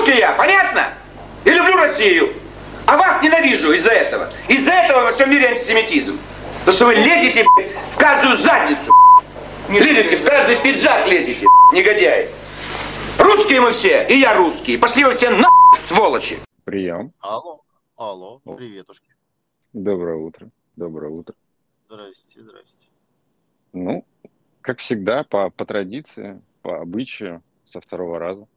Русский я, понятно? И люблю Россию. А вас ненавижу из-за этого. Из-за этого во всем мире антисемитизм. Потому что вы лезете в каждую задницу. Не лезете, в каждый пиджак лезете, негодяи. Русские мы все, и я русский. Пошли вы все на сволочи. Прием. Алло, приветушки. Доброе утро. Доброе утро. Здрасте. Ну, как всегда, по традиции, по обычаю, со второго раза.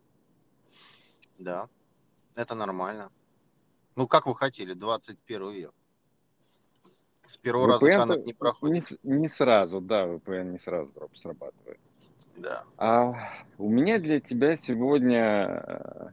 Да, это нормально. Ну, как вы хотели, 21 век. С первого раза канат не проходит. Не сразу, да, VPN не сразу срабатывает. Да. А у меня для тебя сегодня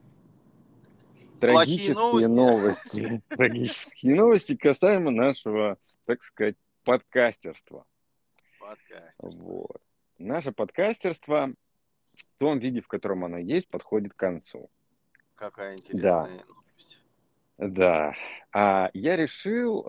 Плохие новости. Трагические новости касаемо нашего, так сказать, подкастерства. Вот. Наше подкастерство в том виде, в котором оно есть, подходит к концу. Какая интересная новость. Да. А я решил...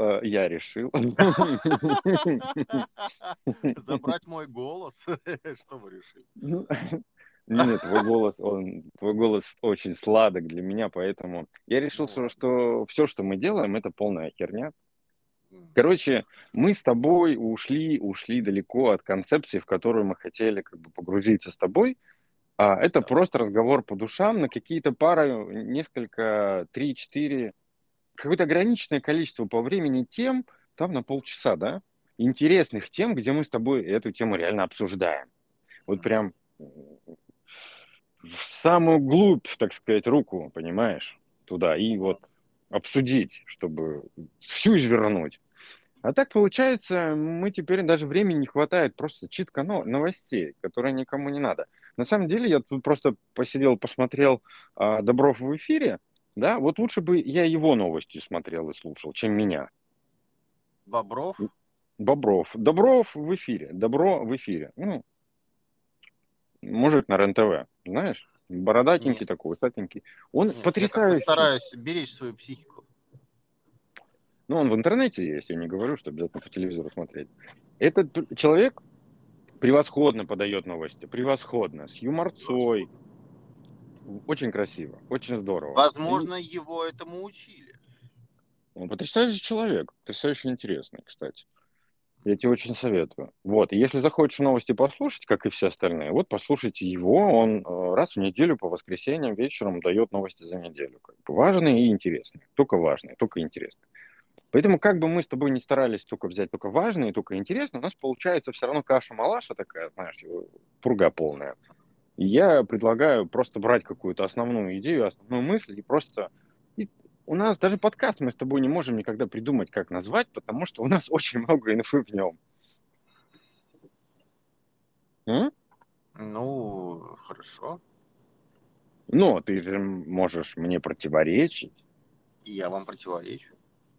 Забрать мой голос? Что вы решили? Нет, твой голос очень сладок для меня, поэтому я решил, что все, что мы делаем, это полная херня. Короче, мы с тобой ушли далеко от концепции, в которую мы хотели как бы погрузиться с тобой. Это просто разговор по душам на какие-то пары, несколько, 3-4, какое-то ограниченное количество по времени тем, там на полчаса, да, интересных тем, где мы с тобой эту тему реально обсуждаем. Вот прям в самую глубь, так сказать, руку, понимаешь, туда, и вот обсудить, чтобы всю извернуть. А так получается, мы теперь даже времени не хватает, просто читка новостей, которые никому не надо. На самом деле, я тут просто посидел, посмотрел Добров в эфире, да, вот лучше бы я его новости смотрел и слушал, чем меня. Добров в эфире, Добро в эфире. Ну, мужик на РЕН-ТВ, знаешь? Бородатенький такой, усатенький. Он потрясающий. Я стараюсь беречь свою психику. Ну, он в интернете есть, я не говорю, что обязательно по телевизору смотреть. Этот человек превосходно подает новости, превосходно, с юморцой. Очень красиво, очень здорово. Возможно, его этому учили. Он потрясающий человек, потрясающе интересный, кстати. Я тебе очень советую. Вот, и если захочешь новости послушать, как и все остальные, вот послушайте его, он раз в неделю по воскресеньям вечером дает новости за неделю. Как бы важные и интересные. Только важные, только интересные. Поэтому как бы мы с тобой не старались только взять только важные и только интересные, у нас получается все равно каша-малаша такая, знаешь, пурга полная. И я предлагаю просто брать какую-то основную идею, основную мысль и просто... У нас даже подкаст мы с тобой не можем никогда придумать, как назвать, потому что у нас очень много инфы в нем. Ну, хорошо. Но ты же можешь мне противоречить. И я вам противоречу.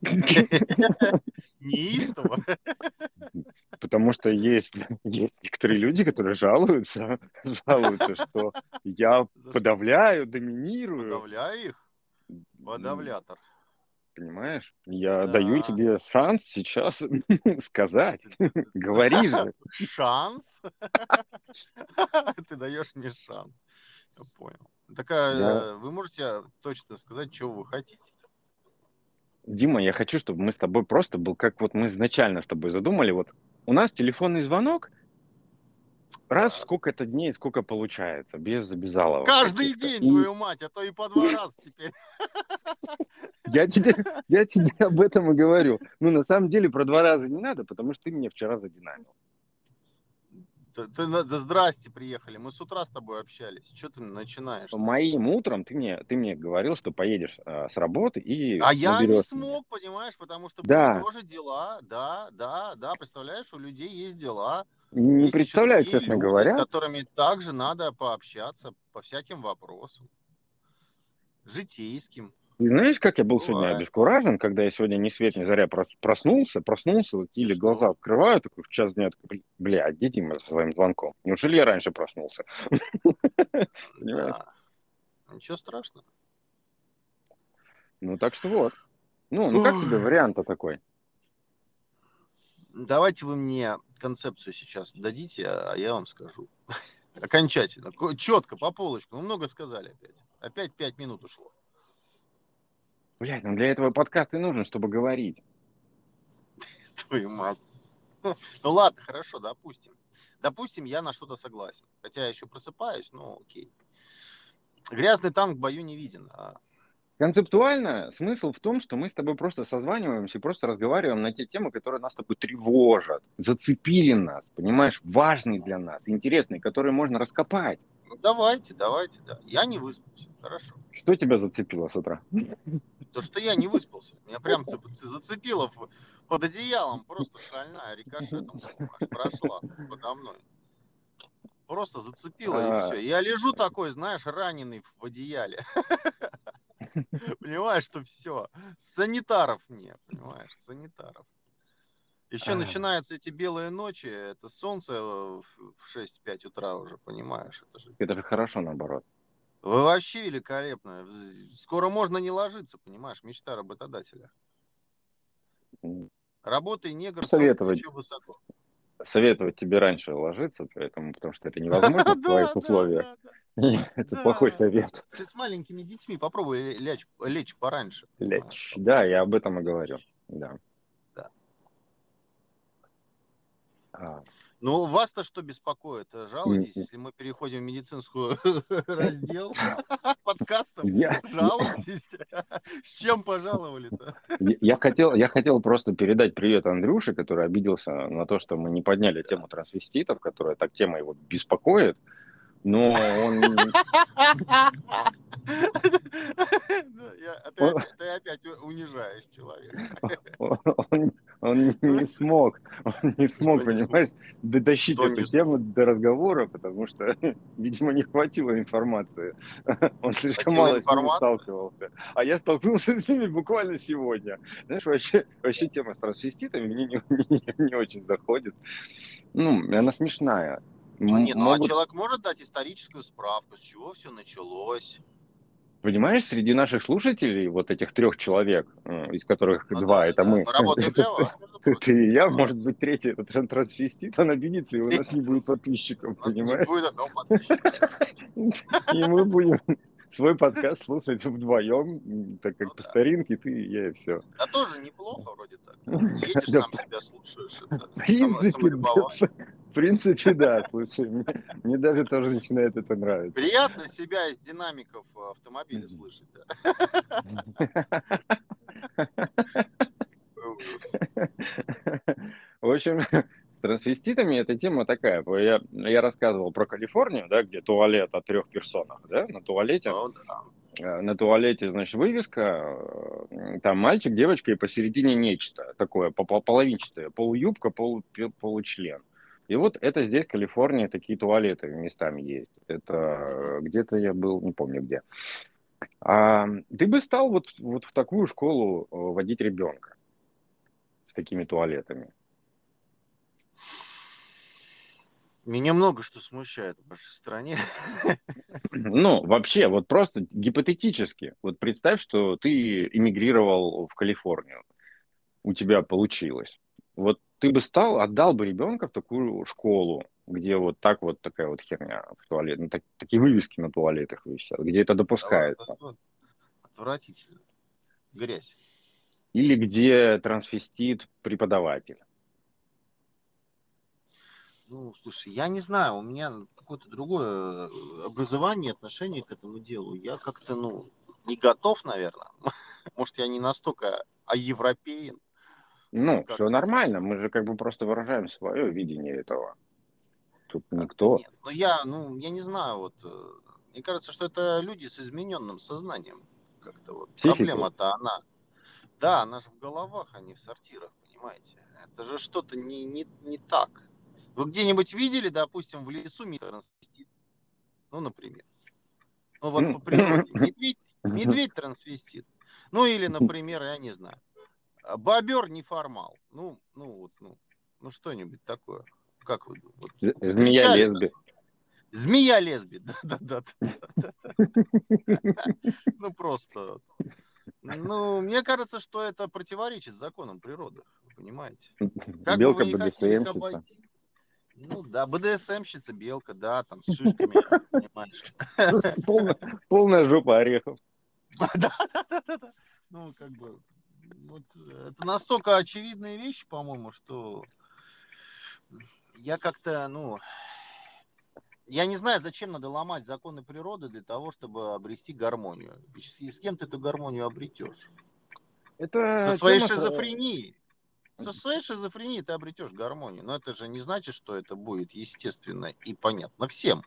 Неистово. Потому что есть некоторые люди, которые жалуются, что я подавляю, доминирую. Подавляю их? Подавлятор. Понимаешь? Я даю тебе шанс сейчас сказать. Говори же. Шанс? Ты даешь мне шанс. Я понял. Так, вы можете точно сказать, что вы хотите? Дима, я хочу, чтобы мы с тобой просто был, как вот мы изначально с тобой задумали. Вот у нас телефонный звонок раз в сколько-то дней, сколько получается, без обязаловок. Каждый день, твою мать, а то и по 2 раза теперь. Я тебе об этом и говорю. Ну, на самом деле, про 2 раза не надо, потому что ты меня вчера задинамил. Да здрасте, приехали. Мы с утра с тобой общались. Что ты начинаешь? Моим утром ты мне говорил, что поедешь с работы и я не смог, понимаешь, потому что были тоже дела. Да. Представляешь, у людей есть дела. Не есть представляю, честно говоря. С которыми также надо пообщаться по всяким вопросам. Житейским. Ты знаешь, как я был сегодня обескуражен, когда я сегодня ни свет ни заря проснулся, вот, или глаза открываю, такой в час дня, такой, бля, где Дима со своим звонком? Неужели я раньше проснулся? Да. Ничего страшного. Ну, так что вот. Ну, как тебе вариант-то такой? Давайте вы мне концепцию сейчас дадите, а я вам скажу. Окончательно. Четко, по полочкам. Вы много сказали опять. Опять 5 минут ушло. Блядь, ну для этого подкаст и нужен, чтобы говорить. Твою мать. Ну ладно, хорошо, допустим. Допустим, я на что-то согласен. Хотя я еще просыпаюсь, ну окей. Грязный танк в бою не виден. Концептуально смысл в том, что мы с тобой просто созваниваемся и просто разговариваем на те темы, которые нас с тобой тревожат, зацепили нас, понимаешь, важные для нас, интересные, которые можно раскопать. Ну давайте, да. Я не выспался. Хорошо. Что тебя зацепило с утра? То, что я не выспался. Меня прям зацепило под одеялом. Просто шальная рикошетом, понимаешь, прошла подо мной. Просто зацепило и все. Я лежу такой, знаешь, раненый в одеяле. Понимаешь, что все. Санитаров нет, понимаешь, санитаров. Еще начинаются эти белые ночи, это солнце в 6-5 утра уже, понимаешь. Это же хорошо, наоборот. Вы вообще великолепно. Скоро можно не ложиться, понимаешь, мечта работодателя. Работай, негр, солнце еще высоко. Советовать тебе раньше ложиться, потому что это невозможно в твоих условиях. Это плохой совет. Ты с маленькими детьми попробуй лечь пораньше. Лечь. Да, я об этом и говорю. Да. Ну, вас-то что беспокоит? Жалуйтесь, если мы переходим в медицинскую раздел подкастов. Жалуйтесь. С чем пожаловали-то? Я хотел просто передать привет Андрюше, который обиделся на то, что мы не подняли тему трансвеститов, которая так тема его беспокоит. Но он... Ты опять унижаешь человека. Он не смог, понимаешь, дотащить эту тему до разговора, потому что, видимо, не хватило информации. Он слишком мало с ними сталкивался. А я столкнулся с ними буквально сегодня. Знаешь, вообще тема с трансвеститами мне не очень заходит. Ну, она смешная. А человек может дать историческую справку, с чего все началось? Понимаешь, среди наших слушателей, вот этих 3 человек, из которых 2 это мы, ты и я, может быть, 3 это трансвестит, он обидится, и у нас не будет подписчиков, понимаешь? Не будет одного подписчика. И мы будем свой подкаст слушать вдвоем, так как по старинке ты и я, и все. А тоже неплохо вроде так. Едешь, сам себя слушаешь. В принципе, да, слушай, мне даже тоже начинает это нравиться. Приятно себя из динамиков автомобиля слышать, В общем, с трансвеститами эта тема такая. Я рассказывал про Калифорнию, да, где туалет о 3 персонах, да, на туалете, значит, вывеска, там мальчик, девочка и посередине нечто такое, половинчатое, полуюбка, получлен. И вот это здесь, в Калифорнии, такие туалеты местами есть. Это где-то я был, не помню где. Ты бы стал вот в такую школу водить ребенка с такими туалетами? Меня много что смущает в вашей стране. Ну, вообще, вот просто гипотетически. Вот представь, что ты эмигрировал в Калифорнию. У тебя получилось. Вот ты бы отдал бы ребенка в такую школу, где вот такая вот херня в туалете, ну, такие вывески на туалетах висят, где это допускается. Отвратительно. Грязь. Или где трансвестит преподаватель. Ну, слушай, я не знаю, у меня какое-то другое образование, отношение к этому делу. Я как-то, не готов, наверное. Может, я не настолько европеен. Ну, все нормально, мы же как бы просто выражаем свое видение этого. Тут никто... Нет, я не знаю, вот, мне кажется, что это люди с измененным сознанием. Как-то вот. Проблема-то она же в головах, а не в сортирах, понимаете? Это же что-то не так. Вы где-нибудь видели, допустим, в лесу трансвестит? Ну, например. Ну, вот по природе. Медведь трансвестит. Ну, или, например, я не знаю, бобер неформал. Ну, что-нибудь такое. Как вы? Вот, змея лесби. Змея лесби, да. Ну, просто. Ну, мне кажется, что это противоречит законам природы. Вы понимаете? Как бы вы не хотели их обойти. Ну да, БДСМщица белка, да, там с шишками, понимаешь. Просто полная жопа орехов. Да. Ну, как бы, вот, это настолько очевидные вещи, по-моему, что я как-то, ну, я не знаю, зачем надо ломать законы природы для того, чтобы обрести гармонию. И с кем ты эту гармонию обретешь? Со Это своей тема... шизофренией. Со своей шизофренией ты обретешь гармонию. Но это же не значит, что это будет естественно и понятно всем.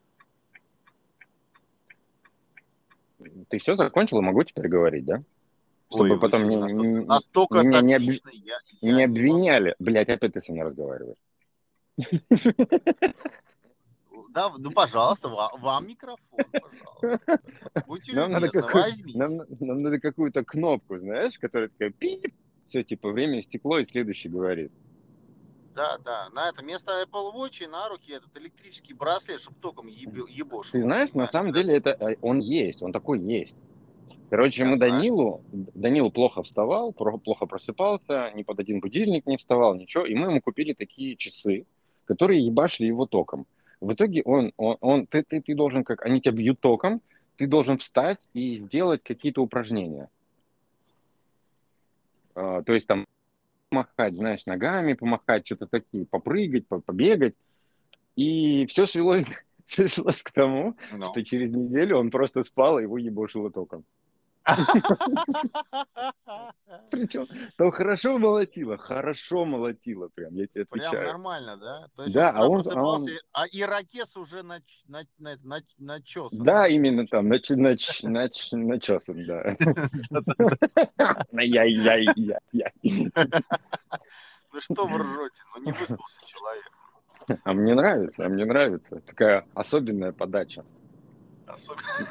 Ты все закончил и могу теперь говорить, да? Ой, Чтобы вы потом что, настолько меня тактичный, я не не могу. обвиняли. Блядь, опять ты со мной разговариваешь. Да, ну, пожалуйста, вам микрофон, пожалуйста. Будьте Нам надо, любезны, возьмите. нам надо какую-то кнопку, знаешь, которая такая пип, все, типа, время истекло, и следующий говорит. Да, да. На это вместо Apple Watch и на руки этот электрический браслет, чтобы током Ты ебошило, знаешь, на понимаешь? самом деле это он есть, он такой есть. Короче, Я мы знаю, что... Данил плохо вставал, плохо просыпался, ни под один будильник не вставал, ничего, и мы ему купили такие часы, которые ебашили его током. В итоге ты должен, как они тебя бьют током, ты должен встать и сделать какие-то упражнения. То есть там помахать, знаешь, ногами помахать, что-то такие, попрыгать, побегать. И все свелось, все свелось к тому, Ну. что через неделю он просто спал, и его ебошило током. Причем там хорошо молотило прям, я тебе Прям отвечаю. нормально, да? То есть он Да, с утра просыпался, а ирокез уже начесан, да, да? именно там, начесан, да. Яй-яй-яй-яй. Ну что вы ржете? Ну не выспался человек. А мне нравится. Такая особенная подача. Особенно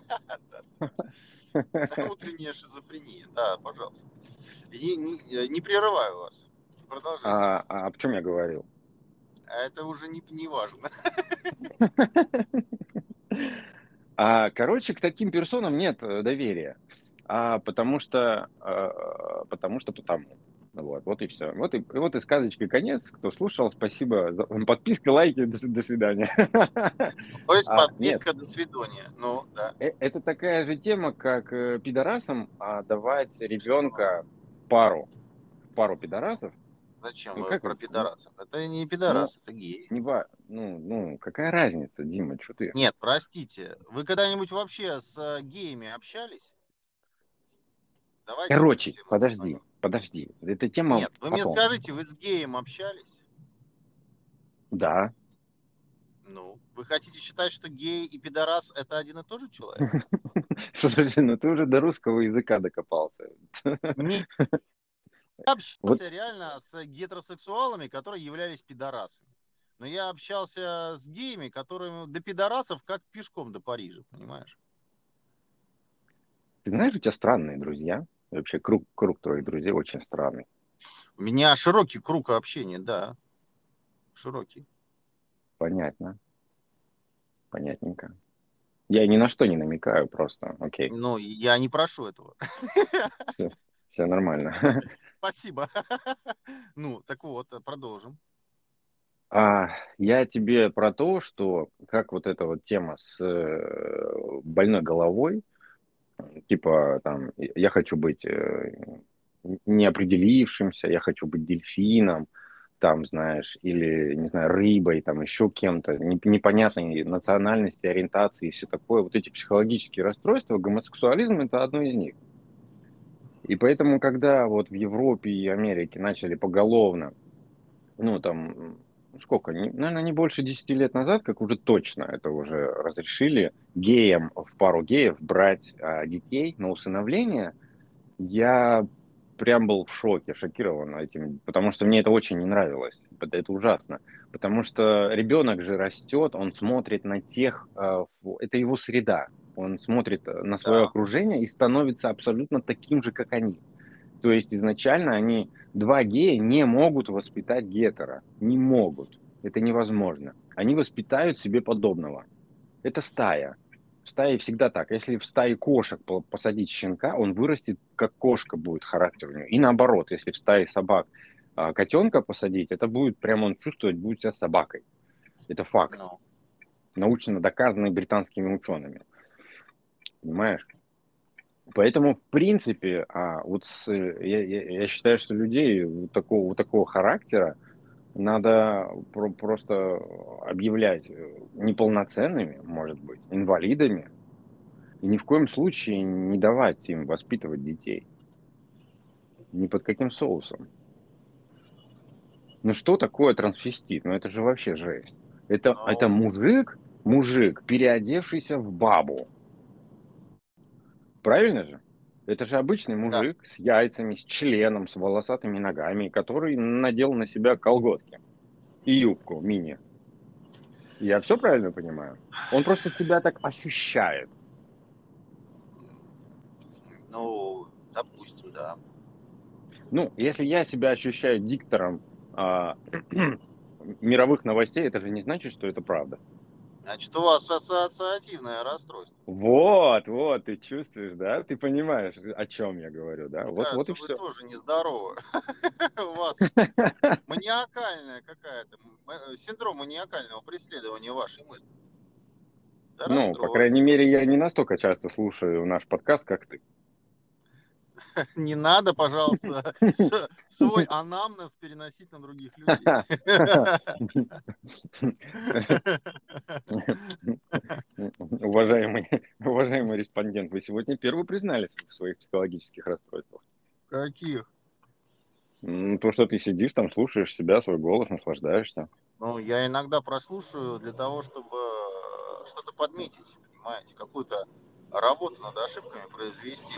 утренняя шизофрения. Да, пожалуйста. Не прерываю вас. Продолжайте. О чем я говорил? А это уже не важно. Короче, к таким персонам нет доверия. Потому. Вот и все. Вот и сказочка конец. Кто слушал, спасибо за подписка, лайки, до свидания. То есть Нет, подписка до свидания. Ну, да. это такая же тема, как пидорасам давать Что? ребенка пару пидорасов. Зачем Ну вы как про вот, пидорасов? Это не ну, пидорас, это гей. какая разница, Дима, что ты? Нет, простите. Вы когда-нибудь вообще с геями общались? Давайте эту Короче, тему подожди, оставим. подожди. Эта тема Нет, вы мне потом. скажите, вы с геем общались? Да. Ну, вы хотите считать, что гей и пидорас это один и тот же человек? Слушай, ну ты уже до русского языка докопался. Не, я Вот общался реально с гетеросексуалами, которые являлись пидорасами. Но я общался с геями, которые до пидорасов как пешком до Парижа, понимаешь? ты знаешь, у тебя странные друзья. Вообще круг твоих друзей очень странный. У меня широкий круг общения, да, широкий. Понятно, понятненько. Я ни на что не намекаю, просто. Окей, Но я не прошу этого. все нормально. Спасибо. Ну, так вот, продолжим. Я тебе про то, что как вот эта вот тема с больной головой, типа там, я хочу быть неопределившимся, я хочу быть дельфином, там, знаешь, или, не знаю, рыбой, там, еще кем-то, непонятной национальности, ориентации и все такое. Вот эти психологические расстройства, гомосексуализм– это одно из них. И поэтому, когда вот в Европе и Америке начали поголовно, ну, там, сколько, наверное, не больше 10 лет назад, как уже точно это уже разрешили геям, в пару геев брать детей на усыновление, я прям был в шоке, шокирован этим, потому что мне это очень не нравилось. Это ужасно. Потому что ребенок же растет, он смотрит на тех, это его среда. Он смотрит на свое Да. окружение и становится абсолютно таким же, как они. То есть изначально два гея не могут воспитать гетера. Не могут. Это невозможно. Они воспитают себе подобного. Это стая. В стае всегда так. Если в стае кошек посадить щенка, он вырастет, как кошка будет характер у него. И наоборот, если в стае собак А котенка посадить, это будет прямо он чувствовать, будет себя собакой. Это факт. Ну, Научно доказанный британскими учеными. Понимаешь? Поэтому, в принципе, я считаю, что людей вот такого характера надо просто объявлять неполноценными, может быть, инвалидами, и ни в коем случае не давать им воспитывать детей. Ни под каким соусом. Ну что такое трансвестит? Ну это же вообще жесть. Это ну, мужик, переодевшийся в бабу. Правильно же? Это же обычный да. мужик с яйцами, с членом, с волосатыми ногами, который надел на себя колготки и юбку мини. Я все правильно понимаю? Он просто себя так ощущает. Ну, допустим, да. Ну, если я себя ощущаю диктором мировых новостей, это же не значит, что это правда. Значит, у вас ассоциативное расстройство. Вот, ты чувствуешь, да? Ты понимаешь, о чем я говорю, да? Мне Вот и кажется, вы все. тоже нездоровы. У вас маниакальная какая-то, синдром маниакального преследования вашей мысли. Это Ну, по крайней расстройство. мере, я не настолько часто слушаю наш подкаст, как ты. Не надо, пожалуйста, свой анамнез переносить на других людей. Уважаемый респондент, вы сегодня первый признались в своих психологических расстройствах. Каких? То, что ты сидишь там, слушаешь себя, свой голос, наслаждаешься. Ну, я иногда прослушаю для того, чтобы что-то подметить, понимаете, какую-то работу над ошибками произвести,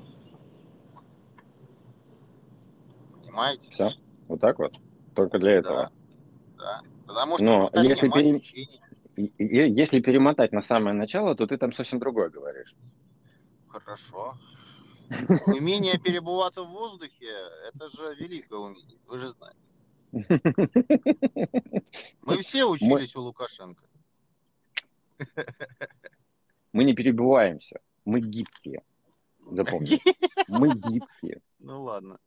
понимаете? Все, вот так вот. Только для Да, этого. да. Потому что Но повторение мать учения. если перемотать на самое начало, то ты там совсем другое говоришь. Хорошо. Умение перебываться в воздухе – это же великое умение, вы же знаете. Мы все Мы, учились у Лукашенко. мы не перебиваемся, мы гибкие. Запомни, мы гибкие. Ну ладно.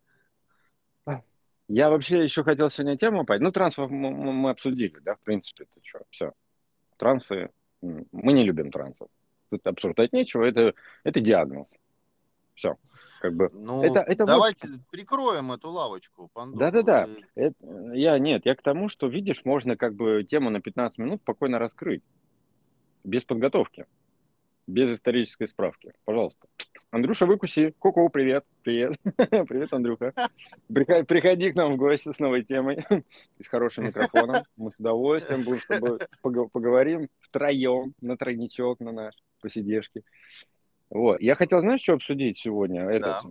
Я вообще еще хотел сегодня тему поднять. Ну, трансов мы обсудили, да, в принципе, это что, все. Трансы, мы не любим трансов. Тут обсуждать нечего, это диагноз. Все, как бы, Ну, это вот, давайте прикроем эту лавочку, Пандору. да-да-да. Я к тому, что, видишь, можно как бы тему на 15 минут спокойно раскрыть, без подготовки, без исторической справки. Пожалуйста. Андрюша, выкуси. Ку-ку, привет. Привет. Привет, Андрюха. Приходи к нам в гости с новой темой и с хорошим микрофоном. Мы с удовольствием будем с тобой поговорим втроем на тройничок, на наш посидешки. Вот. Я хотел, знаешь, что обсудить сегодня? Да.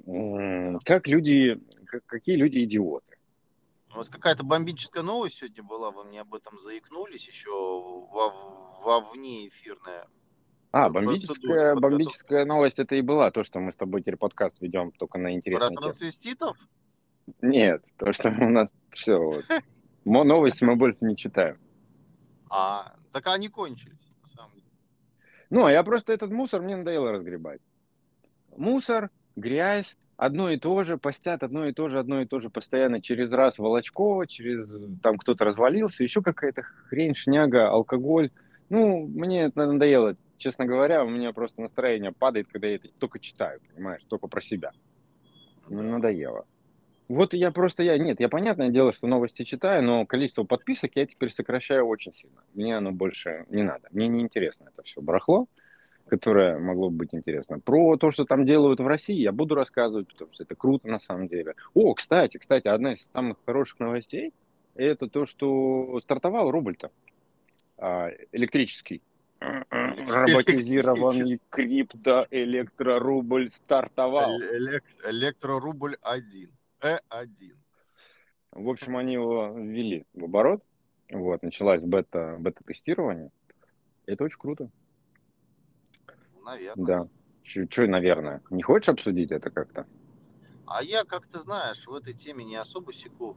Какие люди идиоты. У вас какая-то бомбическая новость сегодня была, вы мне об этом заикнулись еще вовне эфирная процедуре подготовки. Бомбическая новость это и была, то, что мы с тобой теперь подкаст ведем только на Про интересные темы. трансвеститов? Нет, то, что у нас все, вот. Новости мы больше не читаем. Так они кончились, на самом деле. Ну, а я просто этот мусор, мне надоело разгребать. Мусор, грязь, одно и то же, постят одно и то же постоянно через раз Волочкова, через там кто-то развалился, еще какая-то хрень, шняга, алкоголь. Ну, мне это надоело, честно говоря, у меня просто настроение падает, когда я это только читаю, понимаешь, только про себя. Мне надоело. Вот я понятное дело, что новости читаю, но количество подписок я теперь сокращаю очень сильно. Мне оно больше не надо. Мне не интересно это все барахло, которое могло бы быть интересно. Про то, что там делают в России, я буду рассказывать, потому что это круто на самом деле. О, кстати, одна из самых хороших новостей, это то, что стартовал рубль-то электрический. Роботизированный криптоэлектрорубль стартовал. Электрорубль 1. Э1. В общем, они его ввели в оборот. Вот, началось бета-тестирование. Это очень круто. Наверное. Да. Че, наверное. Не хочешь обсудить это как-то? А я, как ты знаешь, в этой теме не особо секу.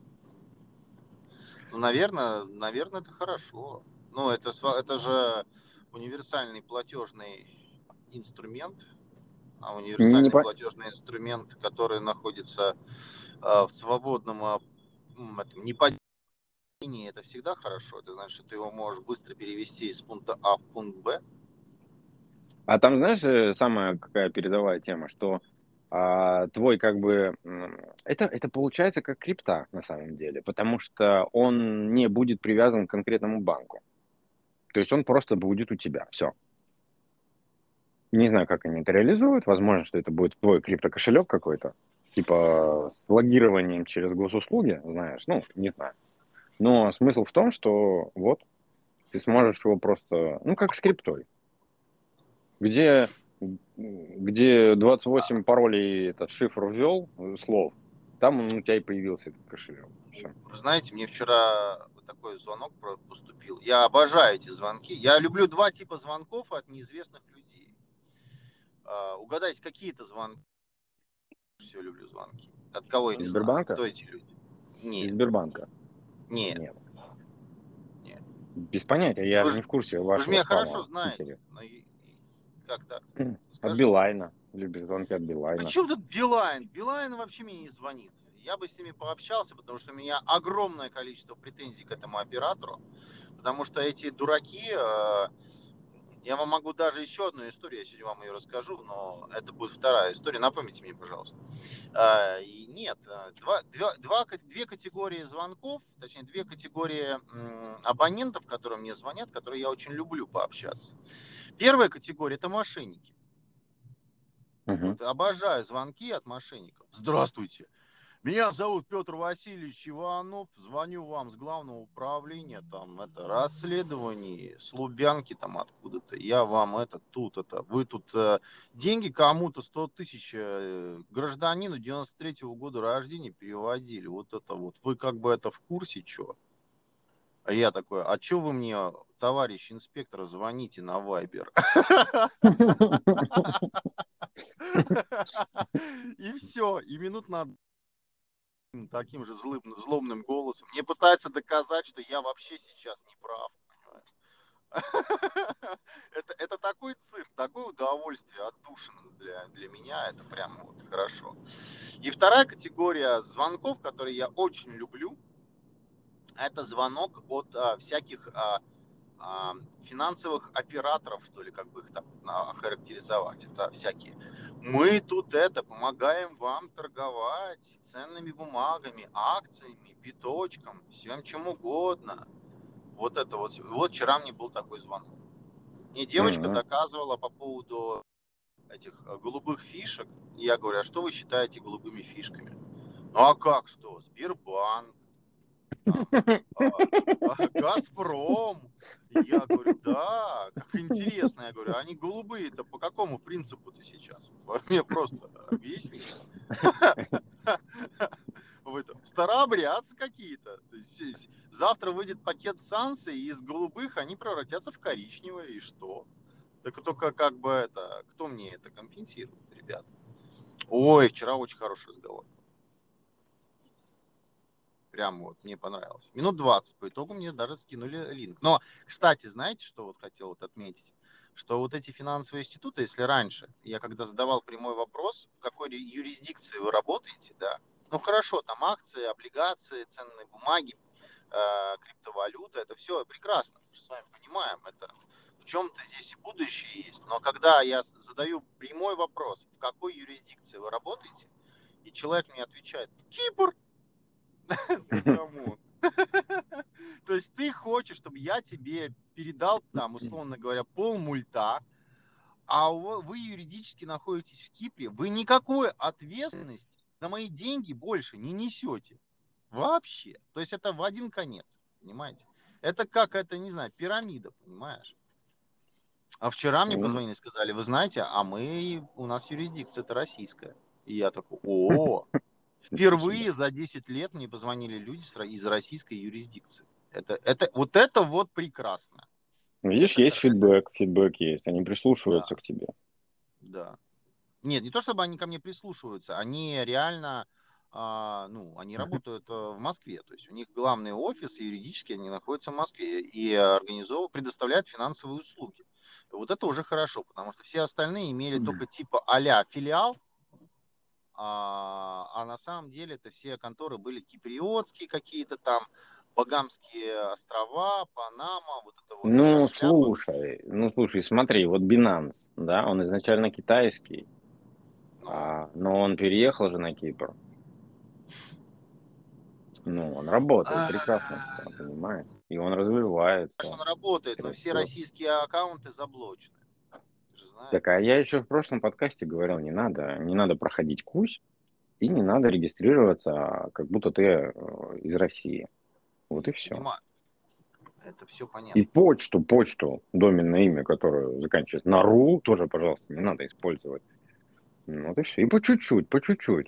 Ну, наверное, это хорошо. Ну, это же универсальный платежный инструмент. А Не универсальный по... платежный инструмент, который находится в свободном не падении это всегда хорошо. Это значит, что ты его можешь быстро перевести из пункта А в пункт Б. А там, знаешь, самая какая передовая тема, что твой как бы... Это получается как крипта на самом деле, потому что он не будет привязан к конкретному банку. То есть он просто будет у тебя, все. Не знаю, как они это реализуют. Возможно, что это будет твой криптокошелек какой-то, типа с логированием через госуслуги, знаешь, ну, не знаю. Но смысл в том, что вот ты сможешь его просто, ну, как с криптой, где 28 паролей этот шифр ввел, слов, там у тебя и появился этот кошелек. Все. Вы знаете, мне вчера вот такой звонок поступил. Я обожаю эти звонки. Я люблю два типа звонков от неизвестных людей. Угадайте, какие это звонки? Все люблю звонки. От кого я Из не знаю. Сбербанка? Кто эти люди? Из Нет, Сбербанка? нет, Нет. нет. Без понятия, я Вы же же, не в курсе вы же вашего меня хорошо спама в знаете. Питере. Но как так? От Скажите. Билайна. Любишь звонки от Билайна. Причем тут Билайн? Билайн вообще мне не звонит. Я бы с ними пообщался, потому что у меня огромное количество претензий к этому оператору. Потому что эти дураки, я вам могу даже еще одну историю, я сегодня вам ее расскажу, но это будет вторая история. Напомните мне, пожалуйста. Нет, две категории звонков, точнее, две категории абонентов, которые мне звонят, которые я очень люблю пообщаться. Первая категория – это мошенники. Угу. Вот обожаю звонки от мошенников. Здравствуйте. Меня зовут Петр Васильевич Иванов. Звоню вам с главного управления там это расследований с Лубянки там откуда-то. Я вам это тут это. Вы тут деньги кому-то 100 тысяч гражданину 93-го года рождения переводили. Вот это вот. Вы как бы это в курсе, что? А я такой, а что вы мне, товарищ инспектор, звоните на Вайбер? И все. И минут на таким же злобным голосом. Мне пытается доказать, что я вообще сейчас не прав. Это такой цирк, такое удовольствие отдушина для меня. Это прям вот хорошо. И вторая категория звонков, которые я очень люблю, это звонок от всяких финансовых операторов, что ли, как бы их так охарактеризовать. Это всякие. Мы тут помогаем вам торговать ценными бумагами, акциями, биточком, всем чем угодно. Вот это вот. Вот вчера мне был такой звонок. Мне девочка доказывала по поводу этих голубых фишек. И я говорю, а что вы считаете голубыми фишками? Ну а как что? Сбербанк, там, Газпром. И я говорю, да, как интересно. Я говорю, они голубые-то по какому принципу-то сейчас? Вот мне просто объясни. Старообрядцы какие-то. То есть завтра выйдет пакет санкций, и из голубых они превратятся в коричневые. И что? Так только как бы это, кто мне это компенсирует, ребят? Ой, вчера очень хороший разговор. Прям вот мне понравилось. Минут 20 по итогу мне даже скинули линк. Но, кстати, знаете, что вот хотел вот отметить? Что вот эти финансовые институты, если раньше, я когда задавал прямой вопрос, в какой юрисдикции вы работаете, да, ну хорошо, там акции, облигации, ценные бумаги, криптовалюта, это все прекрасно, мы же с вами понимаем, это в чем-то здесь и будущее есть. Но когда я задаю прямой вопрос, в какой юрисдикции вы работаете, и человек мне отвечает, Кипр, ну кому? То есть ты хочешь, чтобы я тебе передал там, условно говоря, полмульта, а вы юридически находитесь в Кипре, вы никакой ответственности за мои деньги больше не несете. Вообще. То есть это в один конец, понимаете? Это как, это, не знаю, пирамида, понимаешь? А вчера мне позвонили и сказали, вы знаете, у нас юрисдикция-то российская. И я такой, о, впервые за 10 лет мне позвонили люди из российской юрисдикции. Вот это вот прекрасно. Видишь, есть фидбэк есть, они прислушиваются Да, к тебе. да. Нет, не то чтобы они ко мне прислушиваются, они реально, они работают в Москве. То есть у них главный офис, и юридически они находятся в Москве и предоставляют финансовые услуги. Вот это уже хорошо, потому что все остальные имели только типа а-ля филиал, а на самом деле это все конторы были киприотские какие-то там, Багамские острова, Панама, вот это вот вся шляпа. Ну слушай, смотри, вот Binance, да, он изначально китайский, Ну, но он переехал же на Кипр. Ну, он работает прекрасно, всё, понимаешь? И он конечно, развивается. он работает, но Это все всё. российские аккаунты заблочены. Ты же знаешь. Так, а я еще в прошлом подкасте говорил, не надо проходить кусь и не надо регистрироваться, как будто ты из России. Вот и все. Понимаю, это все И понятно. почту, доменное имя, которое заканчивается на ру, тоже, пожалуйста, не надо использовать. Ну, вот и все. И по чуть-чуть, по чуть-чуть.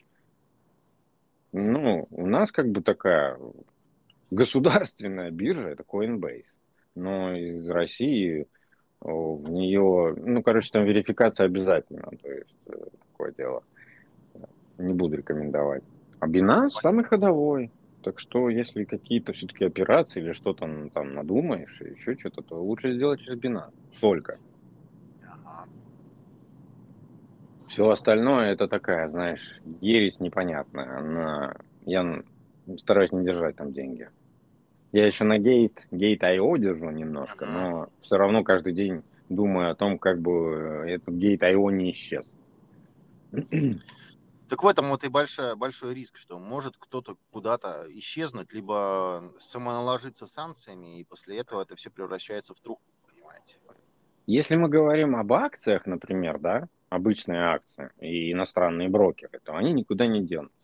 Ну, у нас как бы такая государственная биржа, это Coinbase. Но из России в нее, ну, короче, там верификация обязательно. То есть такое дело. Не буду рекомендовать. А Binance самый ходовой. Так что, если какие-то все-таки операции или что-то там надумаешь, и еще что-то, то лучше сделать через Binance. Только. Ага. Все остальное это такая, знаешь, ересь непонятная. Я стараюсь не держать там деньги. Я еще на Gate.io держу немножко, Мгм. но все равно каждый день думаю о том, как бы этот Gate.io не исчез. Так в этом вот и большой риск, что может кто-то куда-то исчезнуть, либо самоналожиться санкциями, и после этого это все превращается в труху, понимаете? Если мы говорим об акциях, например, да, обычные акции и иностранные брокеры, то они никуда не денутся.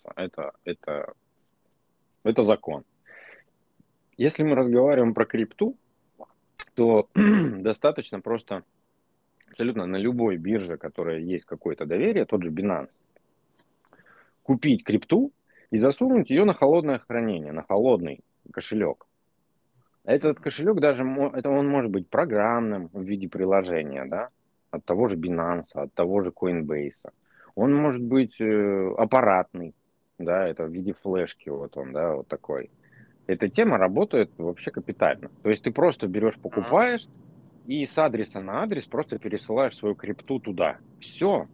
Это закон. Если мы разговариваем про крипту, то достаточно просто абсолютно на любой бирже, которая есть какое-то доверие, тот же Binance, купить крипту и засунуть ее на холодное хранение, на холодный кошелек. Этот Мгм. кошелек даже, это он может быть программным в виде приложения, да, от того же Binance, от того же Coinbase. Он может быть аппаратный, да, это в виде флешки, вот он, да, вот такой. Эта тема работает вообще капитально. То есть ты просто берешь, Мгм. покупаешь и с адреса на адрес просто пересылаешь свою крипту туда. Все.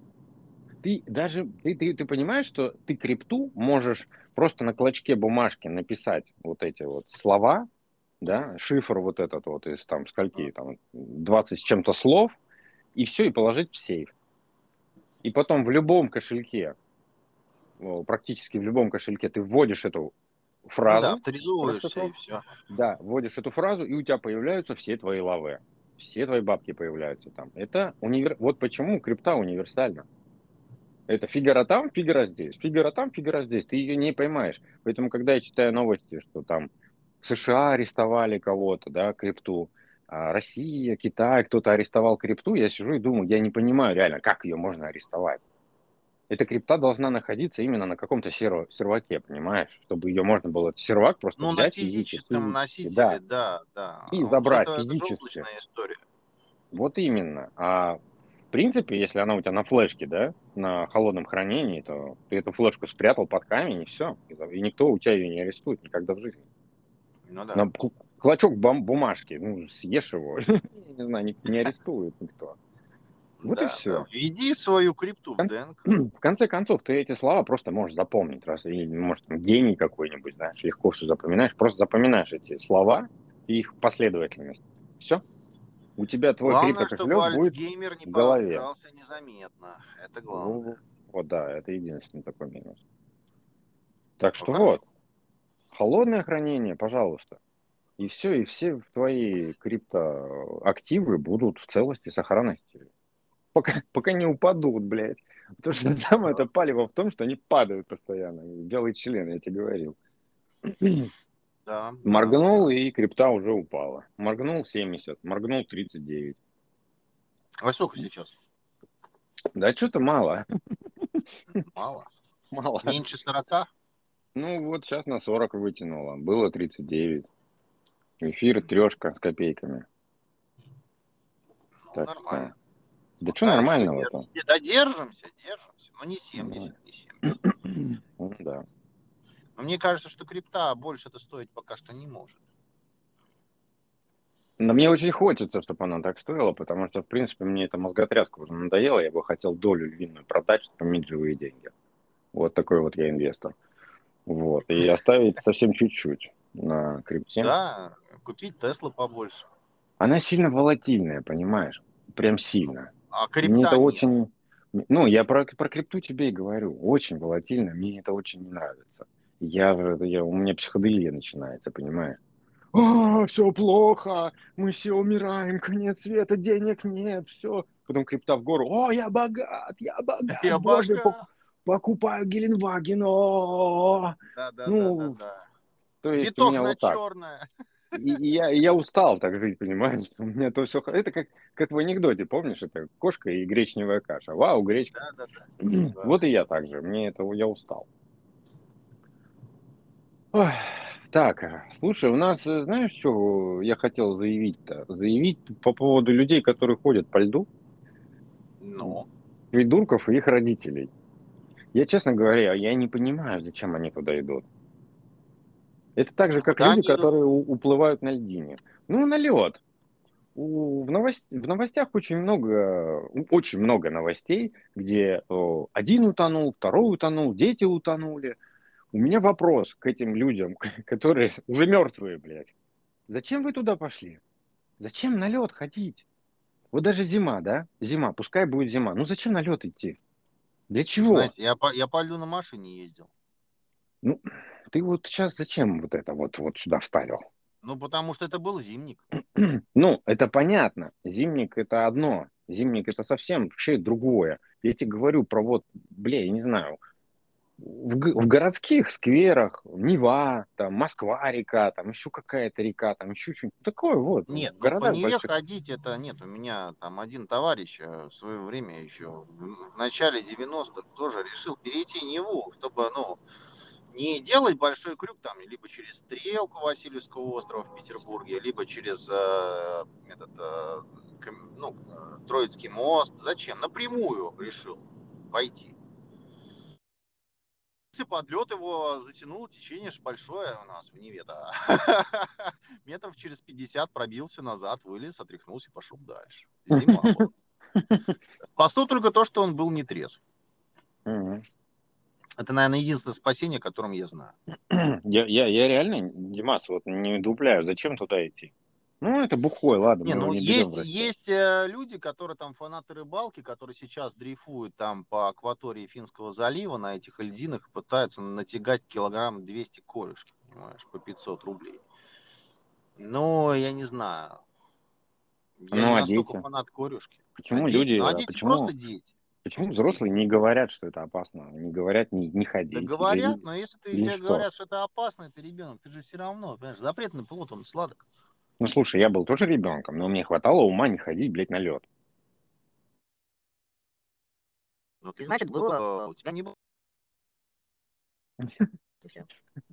Ты понимаешь, что ты крипту можешь просто на клочке бумажки написать вот эти вот слова, да, шифр вот этот вот из там скольки, там 20 с чем-то слов, и все, и положить в сейф. И потом в любом кошельке, практически в любом кошельке ты вводишь эту Ну да, фразу, авторизуешься и расшифровку, все. да, вводишь эту фразу, и у тебя появляются все твои лавы. Все твои бабки появляются там. Вот почему крипта универсальна. Это фигара там, фигара здесь. Фигара там, фигара здесь. Ты ее не поймаешь. Поэтому, когда я читаю новости, что там США арестовали кого-то, да, крипту, Россия, Китай, кто-то арестовал крипту, я сижу и думаю, я не понимаю реально, как ее можно арестовать. Эта крипта должна находиться именно на каком-то серваке, понимаешь? Чтобы ее можно было, этот сервак просто Ну, на взять физическом физически, да, носителе, да, да. и Он же забрать это же физически. облачная история. Вот именно. А в принципе, если она у тебя на флешке, да, на холодном хранении, то ты эту флешку спрятал под камень, и все. И никто у тебя ее не арестует никогда в жизни. Ну да. На клочок бумажки, ну, съешь его, не знаю, не арестует никто. Вот и Да, да. все. Введи свою крипту в ДНК. В конце концов, ты эти слова просто можешь запомнить, раз, или, может, там, гений какой-нибудь, знаешь, легко все запоминаешь, просто запоминаешь эти слова и их последовательность. Все. У тебя твой Главное, чтобы криптокошелек будет Альцгеймер не в голове. подкрался незаметно. Это главное. Вот, да, это единственный такой минус. Так Ну что хорошо. вот, холодное хранение, пожалуйста. И все твои криптоактивы будут в целости, сохранности. Пока не упадут, блядь. Потому что самое это палево в том, что они падают постоянно. Белый член, я тебе говорил. Да, да, Моргнул, да. и крипта уже упала. Моргнул 70, моргнул 39. А сколько сейчас? Да что-то мало. Мало. Мало. Меньше 40? Ну вот сейчас на 40 вытянуло. Было 39. Эфир трешка с копейками. Ну, Так что... нормально. Да что Пока еще нормального-то? да, держимся, держимся. Но не Ну, 70, не 70. ну да. Но мне кажется, что крипта больше это стоить пока что не может. Но мне очень хочется, чтобы она так стоила, потому что, в принципе, мне эта мозготряска уже надоела. Я бы хотел долю львиную продать, чтобы иметь живые деньги. Вот такой вот я инвестор. Вот. И оставить совсем чуть-чуть на крипте. Да, купить Теслу побольше. Она сильно волатильная, понимаешь? Прям Ну, сильно. а Мне это крипта нет. очень... Ну, я про крипту тебе и говорю. Очень волатильно, мне это очень не нравится. У меня психоделия начинается, понимаешь? Все плохо, мы все умираем, конец света, денег нет, все. Потом крипта в гору, я богат, Я боже, бога. покупаю Геленваген, Да, да, да, да, ну, да. то есть у Биток меня на вот так. черное. И я устал так жить, понимаешь? У меня то все... Это как в анекдоте, помнишь? Это кошка и гречневая каша. Вау, гречка. Да, да, да. Вот Да. и я так же. Я устал. Ой, так, слушай, у нас, знаешь, что я хотел заявить-то? Заявить по поводу людей, которые ходят по льду, Ну, придурков и их родителей. Я, честно говоря, я не понимаю, зачем они туда идут. Это так же, а как куда люди, они идут? которые уплывают на льдине. Ну, на лед. В новостях очень много новостей, где один утонул, второй утонул, дети утонули. У меня вопрос к этим людям, которые уже мертвые, блядь. Зачем вы туда пошли? Зачем на лед ходить? Вот даже зима, да? Зима, пускай будет зима. Ну зачем на лед идти? Для чего? Знаете, я по льду на машине ездил. Ну, ты вот сейчас зачем вот это вот сюда вставил? Ну, потому что это был зимник. Ну, это понятно. Зимник это одно. Зимник это совсем вообще другое. Я тебе говорю про вот, бля, я не знаю, в городских скверах, Нева, там, Москва-река, там еще какая-то река, там еще что-нибудь такое вот, Нет, в ну по городах Неве больших. ходить это нет. У меня там один товарищ в свое время еще в начале 90-х тоже решил перейти Неву, чтобы, ну, не делать большой крюк там, либо через Стрелку Васильевского острова в Петербурге, либо через Троицкий мост. Зачем? Напрямую решил пойти. Подлет его затянул, течение ж большое у нас в Неве, да. Метров через 50 пробился назад, вылез, отряхнулся и пошел дальше. Зима была. Спасло только то, что он был не трезв. Мгм. Это, наверное, единственное спасение, которым я знаю. Я реально, Димас, вот не дупляю, зачем туда идти? Ну, это бухой, ладно, Не, мы его ну не берем в расчет. есть люди, которые там фанаты рыбалки, которые сейчас дрейфуют там по акватории Финского залива на этих льдинах и пытаются натягать килограмм 200 корюшки, понимаешь, по 500 рублей. Но я не знаю. Я не Ну, а настолько дети? фанат корюшки. А Почему дети? люди, Ну, а а дети просто почему, дети. почему Просто дети. взрослые не говорят, что это опасно? Не говорят не Да ходить говорят, но если или тебе что? говорят, что это опасно, ты ребенок, ты же все равно, понимаешь, запретный плод, он сладок. Ну, слушай, я был тоже ребенком, но мне хватало ума не ходить, блядь, на лед. Но ты, значит, было, у тебя не было. И всё.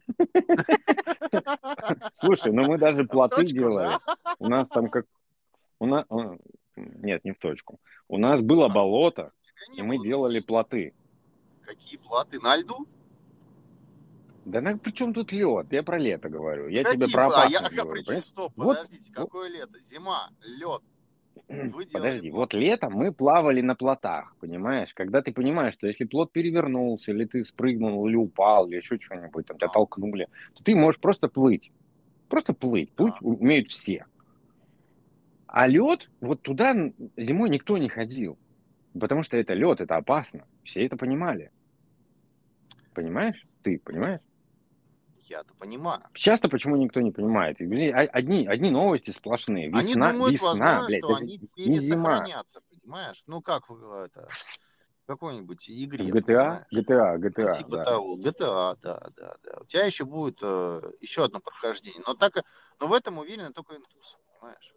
Слушай, ну мы даже В плоты точку, делали. да? У нас там как... У нас... Нет, не в точку. У нас было А, болото, у тебя и не мы было делали друзей. плоты. Какие платы? На льду? Да при чем тут лед? Я про лето говорю. Я тебе Какие? про А я опасность при говорю, чем? понимаешь? Стоп, Вот, подождите, какое лето? Зима, лед. Вы делали подожди, вот плоты. летом мы плавали на плотах, понимаешь? Когда ты понимаешь, что если плот перевернулся, или ты спрыгнул, или упал, или еще что-нибудь, там тебя А, толкнули, то ты можешь просто плыть. Просто плыть. Плыть да. умеют все. А лед, вот туда зимой никто не ходил. Потому что это лед, это опасно. Все это понимали. Понимаешь? Ты понимаешь? Я-то понимаю. Часто почему никто не понимает? И, блин, одни новости сплошные. Они Весна, думают, весна, возможно, блядь, что даже они не зима. пересохранятся, понимаешь? Ну, как это, в какой-нибудь В игре, GTA, понимаешь? GTA, Ну, GTA, типа да. того. GTA, да, да, да. У тебя еще будет еще одно прохождение. Но в этом уверены только индусы, понимаешь?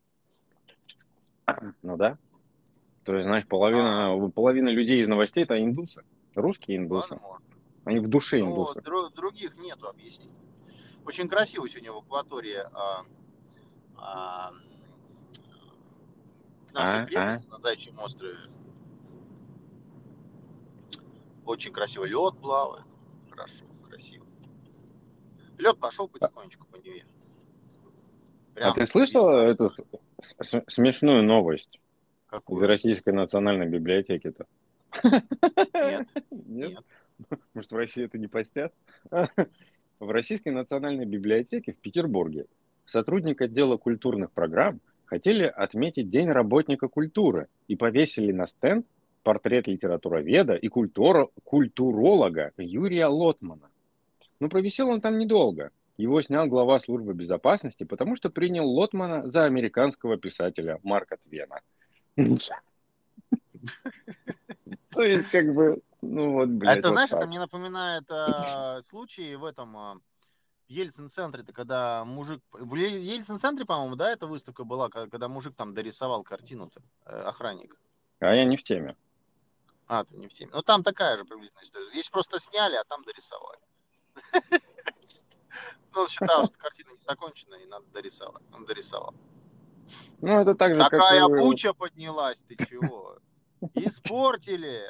Ну да. То есть, знаешь, А, половина людей из новостей это индусы. Русские индусы. возможно. Они в душе Но индусы. других нету объяснений. Очень красиво сегодня в акватории а, к нашей А? крепости на Заячьем острове. Очень красиво лед плавает. Хорошо, красиво. Лед пошел потихонечку по Неве. А Прям ты слышал весна, эту весна. смешную новость из Какую? Российской национальной библиотеки-то? Нет, Нет? нет. Может, в России это не постят? В Российской национальной библиотеке в Петербурге сотрудник отдела культурных программ хотели отметить День работника культуры и повесили на стенд портрет литературоведа и культуролога Юрия Лотмана. Но провисел он там недолго. Его снял глава службы безопасности, потому что принял Лотмана за американского писателя Марка Твена. То есть, как бы, ну вот, А блядь, это, вот знаешь, это так. мне напоминает случай в этом Ельцин-центре, это когда мужик... В Ельцин-центре, по-моему, да, эта выставка была, когда мужик там дорисовал картину-то, охранник. А я не в теме. А, ты не в теме. Ну, там такая же приблизительная история. Здесь просто сняли, а там дорисовали. Ну, он считал, что картина не закончена, и надо дорисовать. Он дорисовал. Ну, это так же, как и... Такая буча поднялась, ты чего? Испортили!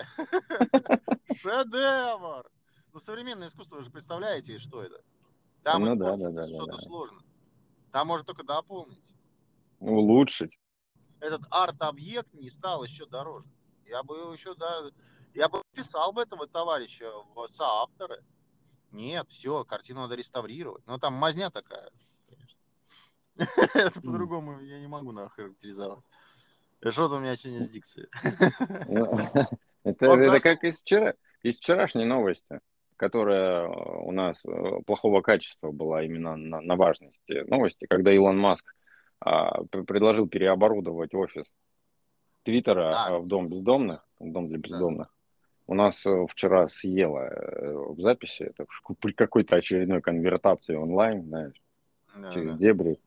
Шедевр! Ну, современное искусство, вы же представляете, что это? Там Ну да, испортить да, да, да, что-то да. сложно. Там можно только дополнить. Улучшить. Этот арт-объект не стал еще дороже. Я бы еще даже... Я бы писал бы этого товарища в соавторы. Нет, все, картину надо реставрировать. Но там мазня такая, конечно. Это по-другому я не могу охарактеризовать. Что-то у меня сегодня с дикцией. Ну, Вот это за как что? из вчерашней новости, которая у нас плохого качества была именно на важности новости, когда Илон Маск предложил переоборудовать офис Твиттера А, в дом бездомных, в дом для да, да, бездомных. У нас вчера съело в записи, это при какой-то очередной конвертации онлайн, знаешь, да, через да. дебри.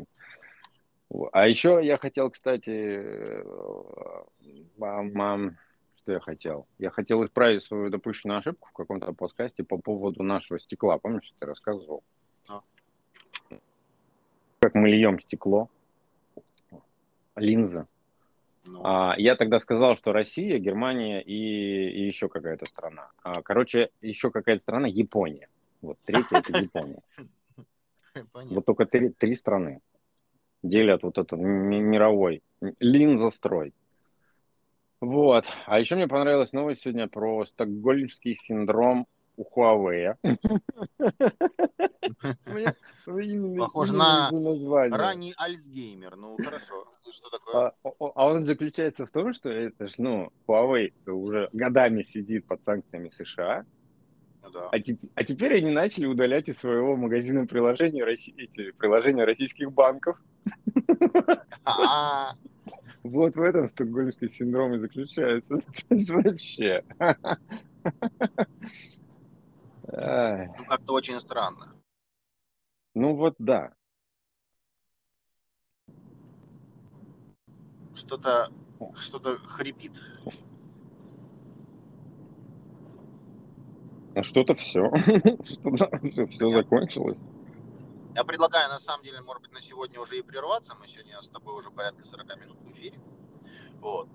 А еще я хотел, кстати, что я хотел? Я хотел исправить свою допущенную ошибку в каком-то подкасте по поводу нашего стекла. Помнишь, я рассказывал? Ну, Как мы льем стекло, линза. ну. Я тогда сказал, что Россия, Германия и еще какая-то страна. Короче, еще какая-то страна, Япония. Вот третья это Япония. Вот Понятно. только три страны делят вот этот мировой линзострой. Вот. А еще мне понравилась новость сегодня про стокгольмский синдром у Huawei. Похоже Именно на из-за названия. ранний Альцгеймер. Ну, хорошо. И что такое? А он заключается в том, что это ж, ну, Huawei уже годами сидит под санкциями США, Ну да. а теперь они начали удалять из своего магазина приложений эти приложения российских банков. А, Вот в этом стокгольмский синдром и заключается. То есть вообще. Ай. ну как-то очень странно. Ну вот да. Что-то что-то хрипит. А что-то все. Все Понятно. закончилось. Я предлагаю, на самом деле, может быть, на сегодня уже и прерваться. Мы сегодня с тобой уже порядка 40 минут в эфире. Вот.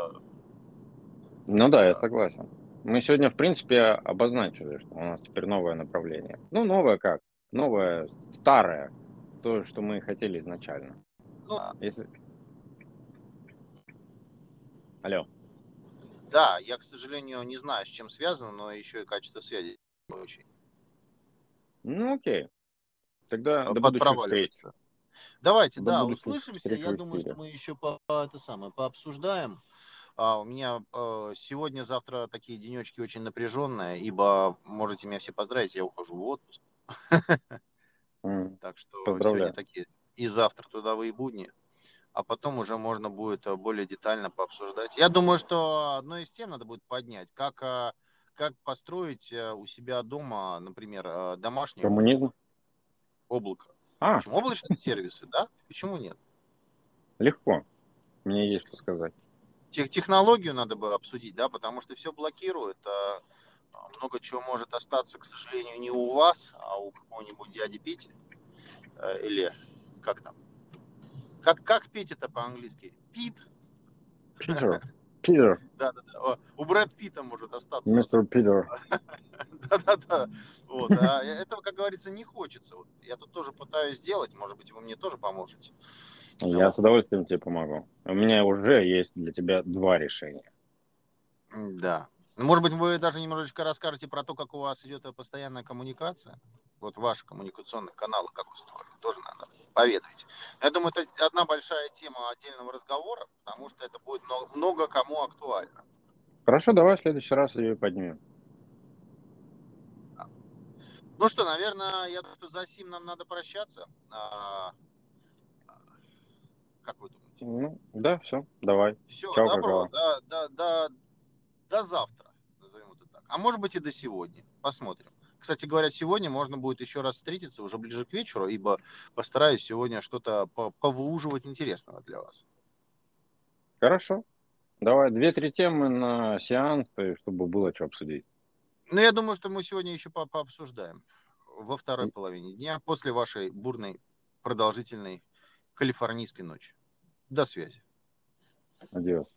Ну да, я согласен. Мы сегодня, в принципе, обозначили, что у нас теперь новое направление. Ну, новое как? Новое, старое. То, что мы хотели изначально. Ну, Если... Алло. да, я, к сожалению, не знаю, с чем связано, но еще и качество связи очень Ну, окей. Тогда до будущих встреч. подпроваливается. Давайте, До да, будущих услышимся. встреч Я в думаю, что эфире. мы еще это самое пообсуждаем. У меня сегодня-завтра такие денечки очень напряженные, ибо можете меня все поздравить, я ухожу в отпуск. Так что сегодня Поздравляю. такие и завтра трудовые будни, а потом уже можно будет более детально пообсуждать. Я думаю, что одной из тем надо будет поднять, как построить у себя дома, например, домашнее Коммунизм? облако. А, Почему? Облачные сервисы, да? Почему нет? легко. Мне есть что сказать. Технологию надо бы обсудить, да, потому что все блокирует. Много чего может остаться, к сожалению, не у вас, а у какого-нибудь дяди Пети. Или как там? Как Петя это по-английски? Пит? Питер. Питер. Да, да, да. У Брэд Питта может остаться. Мистер Питер. Да, да, да. Вот. А этого, как говорится, не хочется. Вот. Я тут тоже пытаюсь сделать. Может быть, вы мне тоже поможете. Я с Вот. удовольствием тебе помогу. У меня уже есть для тебя два решения. Да. Может быть, вы даже немножечко расскажете про то, как у вас идет постоянная коммуникация. Вот ваши коммуникационные каналы как устроены. Тоже надо поведать. Я думаю, это одна большая тема отдельного разговора, потому что это будет много кому актуально. Хорошо, давай в следующий раз ее поднимем. Ну что, наверное, я думаю, что за сим нам надо прощаться. Как вы думаете? Ну, да, все, давай. Все, Чао, добро. какао. До завтра, назовем это так. А может быть и до сегодня. Посмотрим. Кстати говоря, сегодня можно будет еще раз встретиться уже ближе к вечеру, ибо постараюсь сегодня что-то повыуживать интересного для вас. Хорошо. Давай 2-3 темы на сеанс, чтобы было что обсудить. Но я думаю, что мы сегодня еще пообсуждаем во второй половине дня, после вашей бурной, продолжительной калифорнийской ночи. До связи. Адиос.